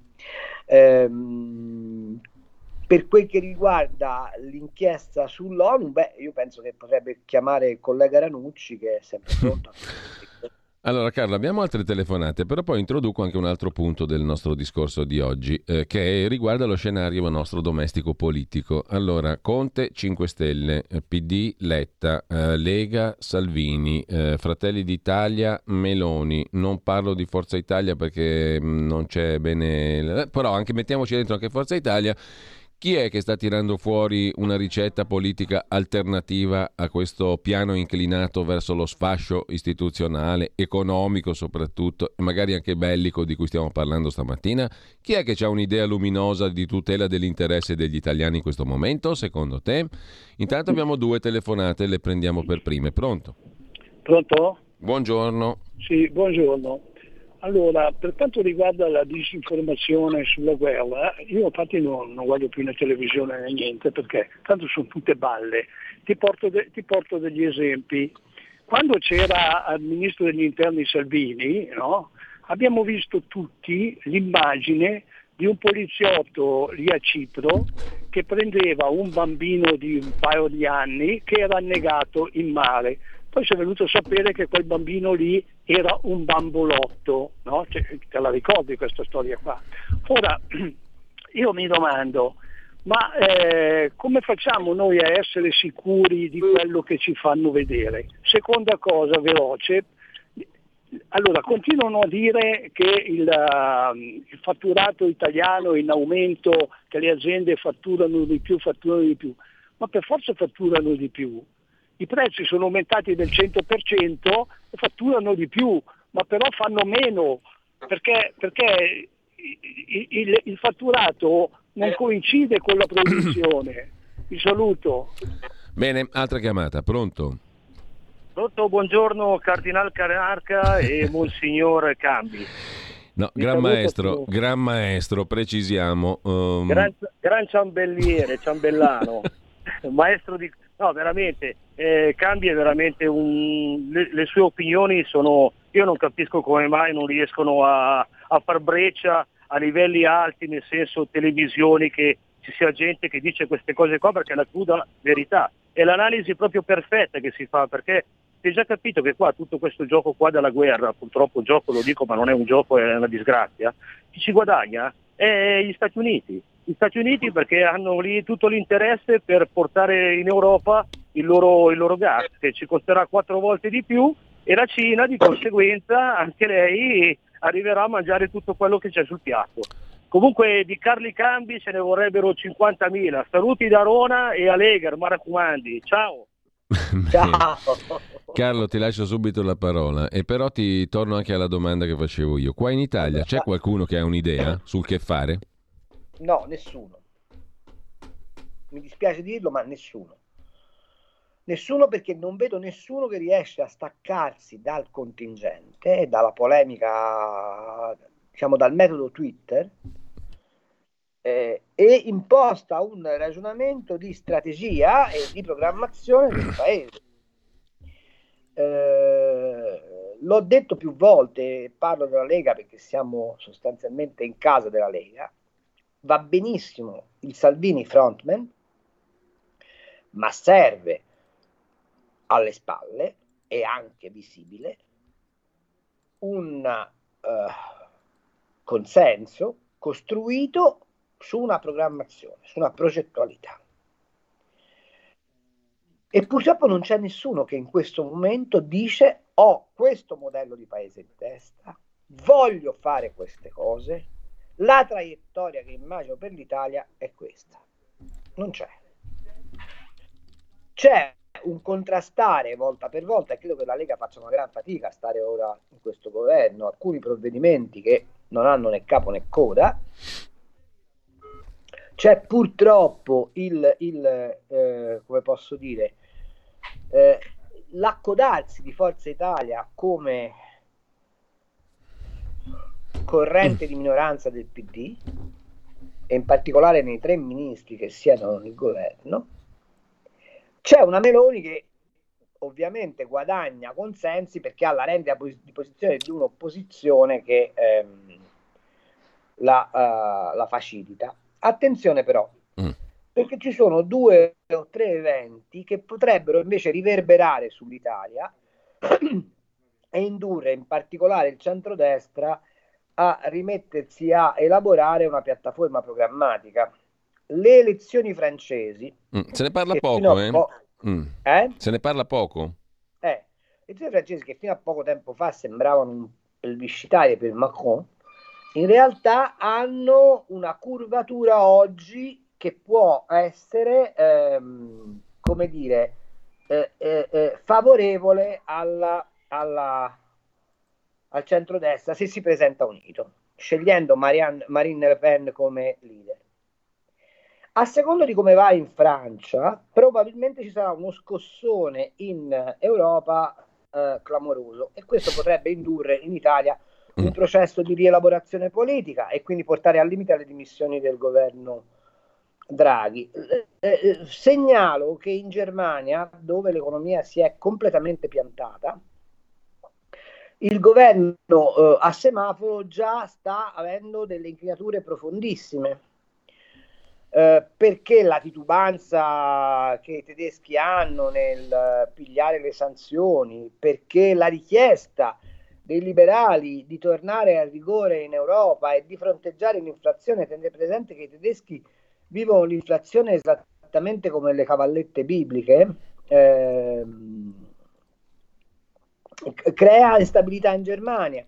Per quel che riguarda l'inchiesta sull'ONU, io penso che potrebbe chiamare il collega Ranucci, che è sempre pronto. Allora Carlo, abbiamo altre telefonate, però poi introduco anche un altro punto del nostro discorso di oggi, che riguarda lo scenario nostro domestico politico. Allora, Conte 5 Stelle, PD Letta, Lega Salvini, Fratelli d'Italia Meloni. Non parlo di Forza Italia perché non c'è bene, però anche mettiamoci dentro anche Forza Italia. Chi è che sta tirando fuori una ricetta politica alternativa a questo piano inclinato verso lo sfascio istituzionale, economico soprattutto, e magari anche bellico di cui stiamo parlando stamattina? Chi è che ha un'idea luminosa di tutela dell'interesse degli italiani in questo momento, secondo te? Intanto abbiamo 2 telefonate, le prendiamo per prime. Pronto? Pronto? Buongiorno. Sì, buongiorno. Allora, per quanto riguarda la disinformazione sulla guerra, io infatti non guardo più né televisione né niente, perché tanto sono tutte balle. Ti porto degli esempi. Quando c'era il ministro degli interni Salvini, no? Abbiamo visto tutti l'immagine di un poliziotto lì a Cipro che prendeva un bambino di un paio di anni che era annegato in mare. Poi si è venuto a sapere che quel bambino lì era un bambolotto, no? Te la ricordi questa storia qua? Ora, io mi domando, ma come facciamo noi a essere sicuri di quello che ci fanno vedere? Seconda cosa veloce, allora continuano a dire che il fatturato italiano è in aumento, che le aziende fatturano di più, ma per forza fatturano di più. I prezzi sono aumentati del 100% e fatturano di più, ma però fanno meno, perché il fatturato non coincide con la produzione. Vi saluto. Bene, altra chiamata, pronto? Pronto, buongiorno Cardinal Canarca e Monsignor Cambi. No, gran maestro, precisiamo. Gran ciambelliere, ciambellano, maestro di... No, veramente, Cambi è veramente le sue opinioni sono... Io non capisco come mai non riescono a far breccia a livelli alti, nel senso televisioni, che ci sia gente che dice queste cose qua, perché è la cruda verità. È l'analisi proprio perfetta che si fa, perché si è già capito che qua tutto questo gioco qua della guerra, purtroppo gioco lo dico, ma non è un gioco, è una disgrazia, chi ci guadagna è gli Stati Uniti. Gli Stati Uniti, perché hanno lì tutto l'interesse per portare in Europa il loro gas, che ci costerà 4 volte di più, e la Cina di conseguenza anche lei arriverà a mangiare tutto quello che c'è sul piatto. Comunque di Carli Cambi ce ne vorrebbero 50.000. Saluti da Rona e a Leger, mi raccomandi. Ciao. Ciao. Carlo, ti lascio subito la parola, e però ti torno anche alla domanda che facevo io. Qua in Italia c'è qualcuno che ha un'idea sul che fare? No, nessuno. Mi dispiace dirlo, ma nessuno. Nessuno, perché non vedo nessuno che riesce a staccarsi dal contingente e dalla polemica, diciamo dal metodo Twitter, e imposta un ragionamento di strategia e di programmazione del paese. L'ho detto più volte, parlo della Lega perché siamo sostanzialmente in casa della Lega. va benissimo il Salvini frontman, ma serve alle spalle e anche visibile un consenso costruito su una programmazione, su una progettualità. E purtroppo non c'è nessuno che in questo momento dice: ho questo modello di paese in testa, voglio fare queste cose, la traiettoria che immagino per l'Italia è questa. Non c'è. C'è un contrastare volta per volta, e credo che la Lega faccia una gran fatica a stare ora in questo governo, alcuni provvedimenti che non hanno né capo né coda. C'è purtroppo come posso dire, l'accodarsi di Forza Italia come corrente di minoranza del PD, e in particolare nei 3 ministri che siedono nel governo. C'è una Meloni che ovviamente guadagna consensi perché ha la rendita di posizione di un'opposizione che la facilita. Attenzione però, perché ci sono 2 o 3 eventi che potrebbero invece riverberare sull'Italia e indurre in particolare il centrodestra a rimettersi a elaborare una piattaforma programmatica. Le elezioni francesi. Se ne parla poco, Se ne parla poco? Le elezioni francesi che fino a poco tempo fa sembravano plebiscitarie per Macron, in realtà hanno una curvatura oggi che può essere, come dire, favorevole al centrodestra se si presenta unito, scegliendo Marine Le Pen come leader. A seconda di come va in Francia, probabilmente ci sarà uno scossone in Europa clamoroso, e questo potrebbe indurre in Italia un processo di rielaborazione politica e quindi portare al limite le dimissioni del governo Draghi. Segnalo che in Germania, dove l'economia si è completamente piantata, il governo a semaforo già sta avendo delle incrinature profondissime, perché la titubanza che i tedeschi hanno nel pigliare le sanzioni, perché la richiesta dei liberali di tornare al rigore in Europa e di fronteggiare l'inflazione. Tenete presente che i tedeschi vivono l'inflazione esattamente come le cavallette bibliche, crea instabilità in Germania.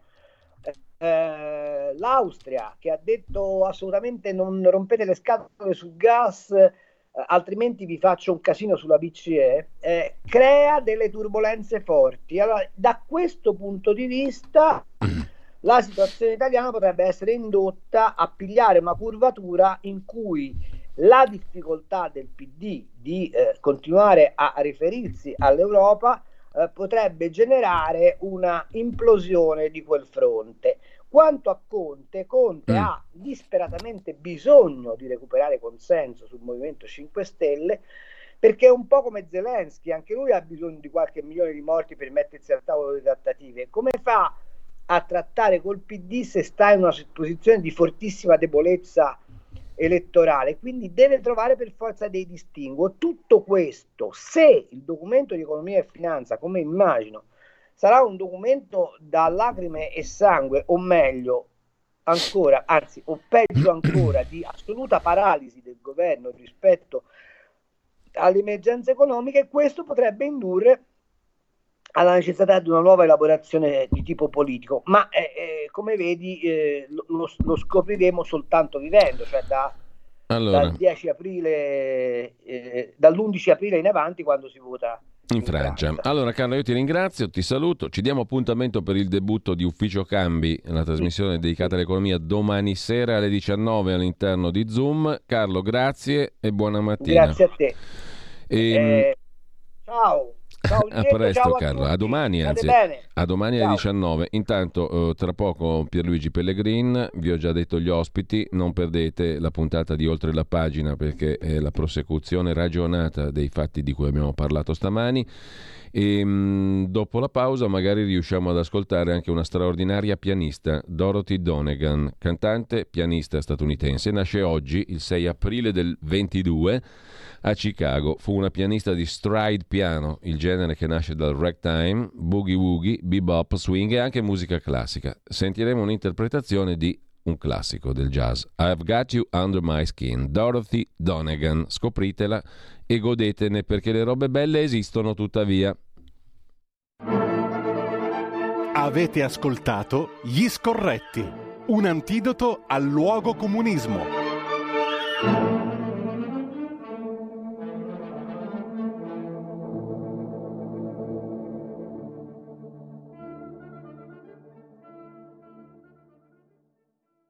L'Austria, che ha detto assolutamente non rompete le scatole sul gas, altrimenti vi faccio un casino sulla BCE, crea delle turbolenze forti. Allora, da questo punto di vista la situazione italiana potrebbe essere indotta a pigliare una curvatura in cui la difficoltà del PD di continuare a riferirsi all'Europa potrebbe generare una implosione di quel fronte. Quanto a Conte ha disperatamente bisogno di recuperare consenso sul Movimento 5 Stelle, perché è un po' come Zelensky, anche lui ha bisogno di qualche milione di morti per mettersi al tavolo delle trattative. Come fa a trattare col PD se sta in una posizione di fortissima debolezza elettorale? Quindi deve trovare per forza dei distinguo. Tutto questo, se il documento di economia e finanza, come immagino, sarà un documento da lacrime e sangue, o meglio ancora, anzi, o peggio ancora, di assoluta paralisi del governo rispetto alle emergenze economiche, questo potrebbe indurre alla necessità di una nuova elaborazione di tipo politico, ma come vedi lo scopriremo soltanto vivendo, cioè dal 10 aprile, dall'11 aprile in avanti, quando si vota in Francia. Allora Carlo, io ti ringrazio, ti saluto, ci diamo appuntamento per il debutto di Ufficio Cambi, la trasmissione dedicata all'economia, domani sera alle 19 all'interno di Zoom. Carlo, grazie e buona mattina. Grazie a te. Ciao. Ciao, a presto ciao Carlo, a domani, State anzi bene. a domani alle 19. Intanto tra poco Pierluigi Pellegrin, vi ho già detto gli ospiti, non perdete la puntata di Oltre la Pagina perché è la prosecuzione ragionata dei fatti di cui abbiamo parlato stamani. E dopo la pausa magari riusciamo ad ascoltare anche una straordinaria pianista, Dorothy Donegan, cantante, pianista statunitense, nasce oggi il 6 aprile del 22 a Chicago. Fu una pianista di stride piano, il genere che nasce dal ragtime, boogie woogie, bebop, swing e anche musica classica. Sentiremo un'interpretazione di un classico del jazz, I've Got You Under My Skin, Dorothy Donegan. Scopritela e godetene perché le robe belle esistono tuttavia. Avete ascoltato Gli Scorretti, un antidoto al luogo comunismo.